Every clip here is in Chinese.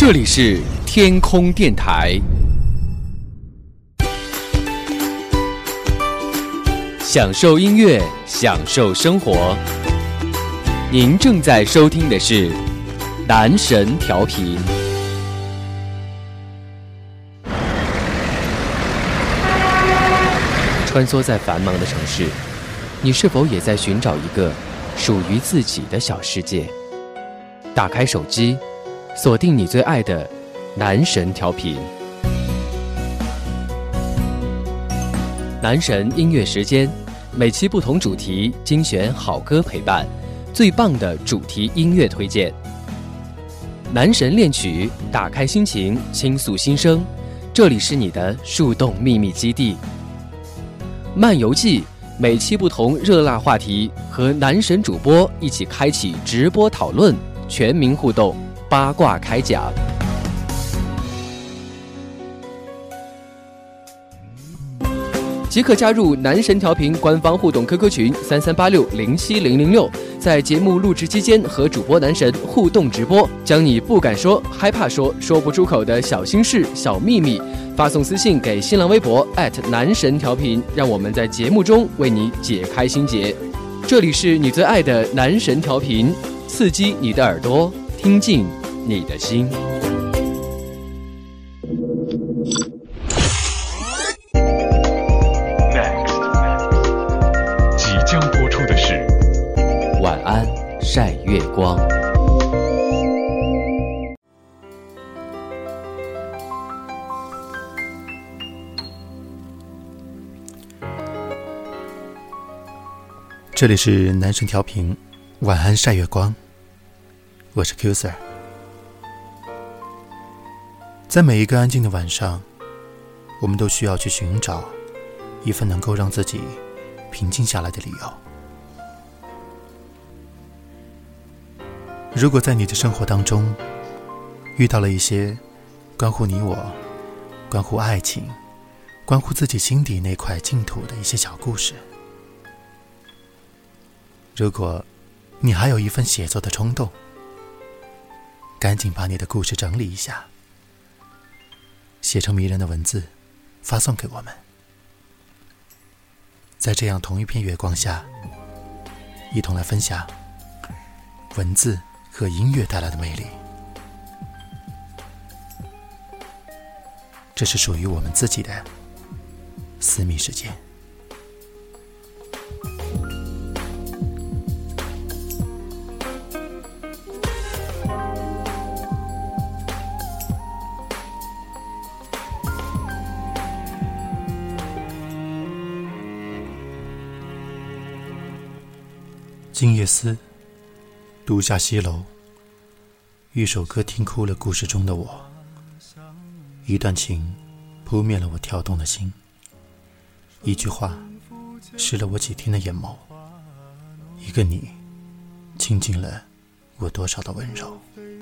这里是天空电台，享受音乐，享受生活。您正在收听的是男神调频。穿梭在繁忙的城市，你是否也在寻找一个属于自己的小世界？打开手机，锁定你最爱的男神调频。男神音乐时间，每期不同主题，精选好歌陪伴，最棒的主题音乐推荐。男神恋曲，打开心情，倾诉心声，这里是你的树洞秘密基地。漫游记，每期不同热辣话题，和男神主播一起开启直播讨论，全民互动，八卦开讲。即刻加入男神调频官方互动 QQ 群3386070006，在节目录制期间和主播男神互动直播，将你不敢说、害怕说、说不出口的小心事、小秘密发送私信给新浪微博男神调频，让我们在节目中为你解开心结。这里是你最爱的男神调频，刺激你的耳朵，听进你的心。 即将播出的是晚安晒月光。 这里是男神调频，晚安晒月光，我是 Q Sir。 在每一个安静的晚上，我们都需要去寻找一份能够让自己平静下来的理由。如果在你的生活当中遇到了一些关乎你我、关乎爱情、关乎自己心底那块净土的一些小故事，如果你还有一份写作的冲动，赶紧把你的故事整理一下，写成迷人的文字发送给我们。在这样同一片月光下，一同来分享文字和音乐带来的魅力。这是属于我们自己的私密时间。静夜思，独下西楼，一首歌听哭了故事中的我，一段情扑灭了我跳动的心，一句话湿了我几天的眼眸，一个你倾尽了我多少的温柔。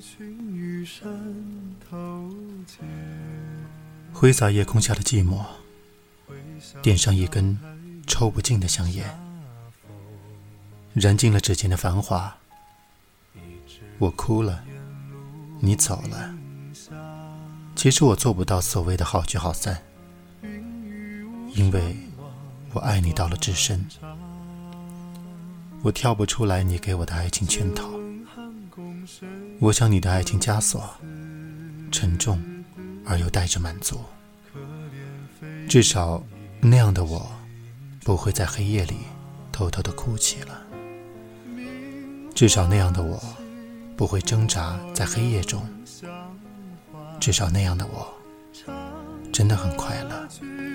挥洒夜空下的寂寞，点上一根抽不尽的香烟，燃尽了指尖的繁华。我哭了，你走了，其实我做不到所谓的好聚好散，因为我爱你到了至深，我跳不出来你给我的爱情圈套。我想你的爱情枷锁沉重而又带着满足，至少那样的我不会在黑夜里偷偷地哭泣了，至少那样的我不会挣扎在黑夜中，至少那样的我真的很快乐。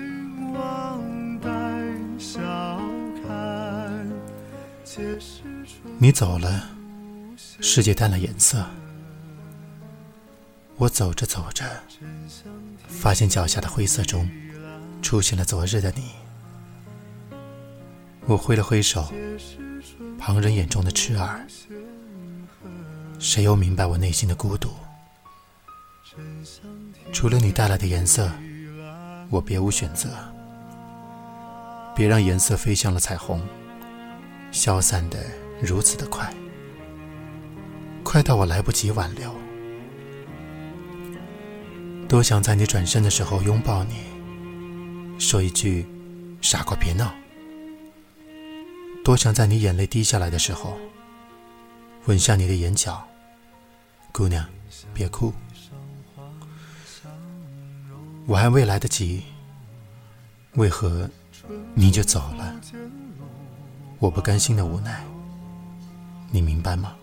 你走了，世界淡了颜色，我走着走着，发现脚下的灰色中出现了昨日的你。我挥了挥手，旁人眼中的痴儿，谁又明白我内心的孤独？除了你带来的颜色，我别无选择。别让颜色飞向了彩虹，消散得如此的快，快到我来不及挽留。 多想在你转身的时候拥抱你，说一句傻瓜别闹。多想在你眼泪滴下来的时候吻下你的眼角，姑娘别哭。我还未来得及，为何你就走了？我不甘心的无奈，你明白吗？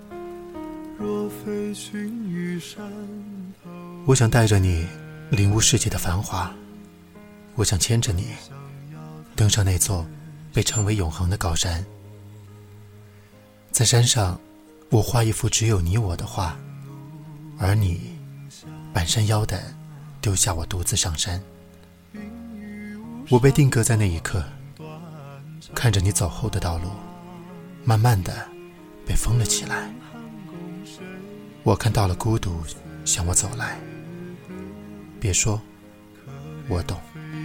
我想带着你领悟世界的繁华，我想牵着你登上那座被称为永恒的高山。在山上，我画一幅只有你我的画，而你半山腰地丢下我独自上山。我被定格在那一刻，看着你走后的道路慢慢地被封了起来。我看到了孤独向我走来，别说，我懂。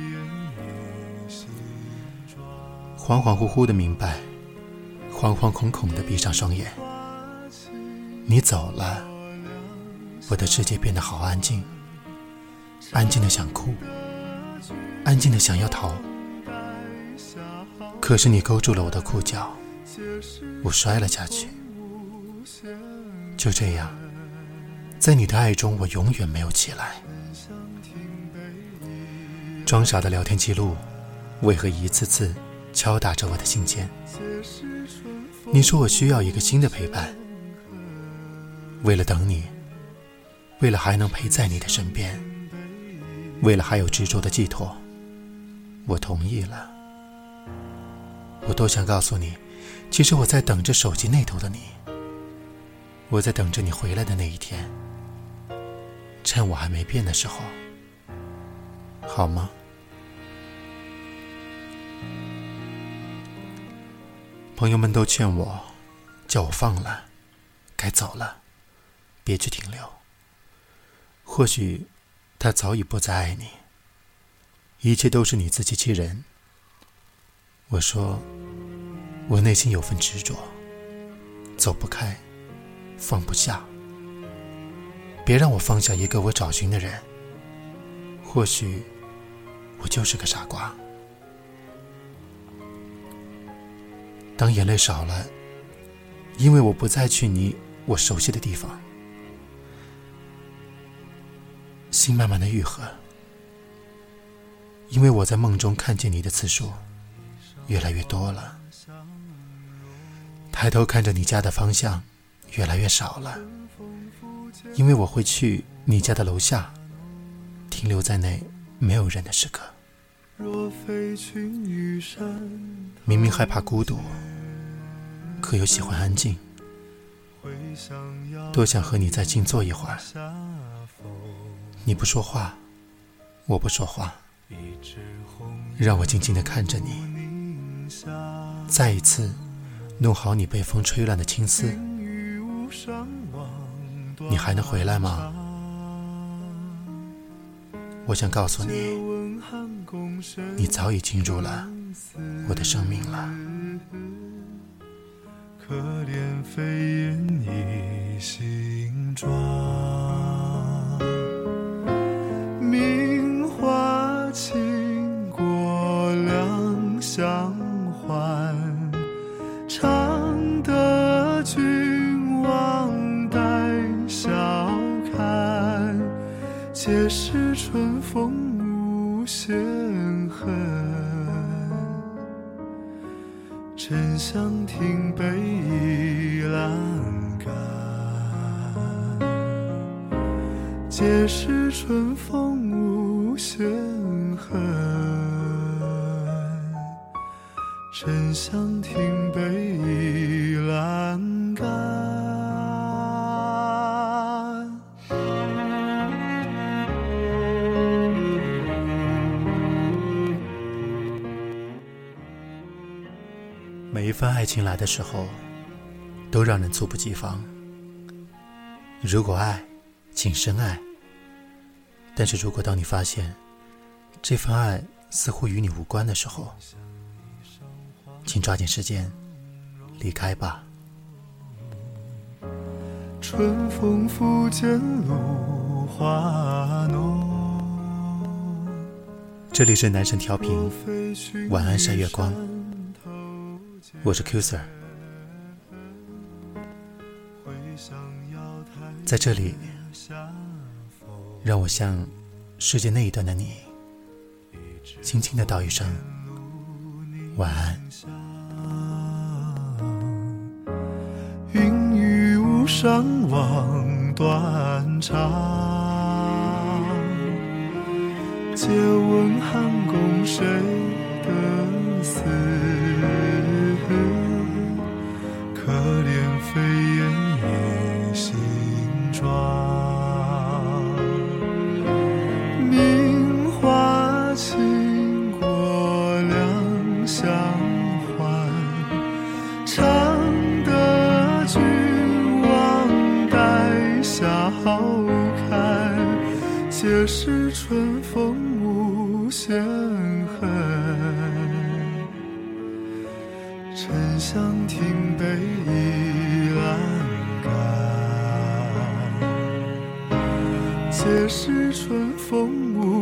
恍恍惚惚地明白，惶惶恐恐地闭上双眼。你走了，我的世界变得好安静，安静的想哭，安静的想要逃。可是你勾住了我的裤脚，我摔了下去。就这样，在你的爱中，我永远没有起来。装傻的聊天记录，为何一次次敲打着我的心间？你说我需要一个新的陪伴，为了等你，为了还能陪在你的身边，为了还有执着的寄托，我同意了。我多想告诉你，其实我在等着手机那头的你，我在等着你回来的那一天，趁我还没变的时候，好吗？朋友们都劝我，叫我放了，该走了，别去停留。或许他早已不再爱你，一切都是你自欺欺人。我说，我内心有份执着，走不开，放不下。别让我放下一个我找寻的人，或许我就是个傻瓜。当眼泪少了，因为我不再去我熟悉的地方，心慢慢的愈合，因为我在梦中看见你的次数越来越多了，抬头看着你家的方向越来越少了，因为我会去你家的楼下，停留在那没有人的时刻。明明害怕孤独，可又喜欢安静，多想和你再静坐一会儿。你不说话，我不说话，让我静静地看着你，再一次弄好你被风吹乱的青丝。你还能回来吗？我想告诉你，你早已进入了我的生命了。 可怜飞燕倚新妆，名花倾国两相还，常得君王带笑看，皆是春风无限恨。沉香亭北倚栏杆，皆是春风无限恨。沉香亭北倚栏杆。 每一份爱情来的时候，都让人猝不及防。如果爱，请深爱。但是如果当你发现这份爱似乎与你无关的时候，请抓紧时间离开吧。 春风拂槛露花浓。 这里是男神调频，晚安晒月光，我是 Q Sir。 在这里，让我向世界那一端的你轻轻地道一声晚安。 云雨巫山望断肠，借问汉宫谁得似？可怜飞燕倚新妆，名花倾国两相还，常得君王带笑看，皆是春风无限恨。沉香亭北倚阑干，皆是春风无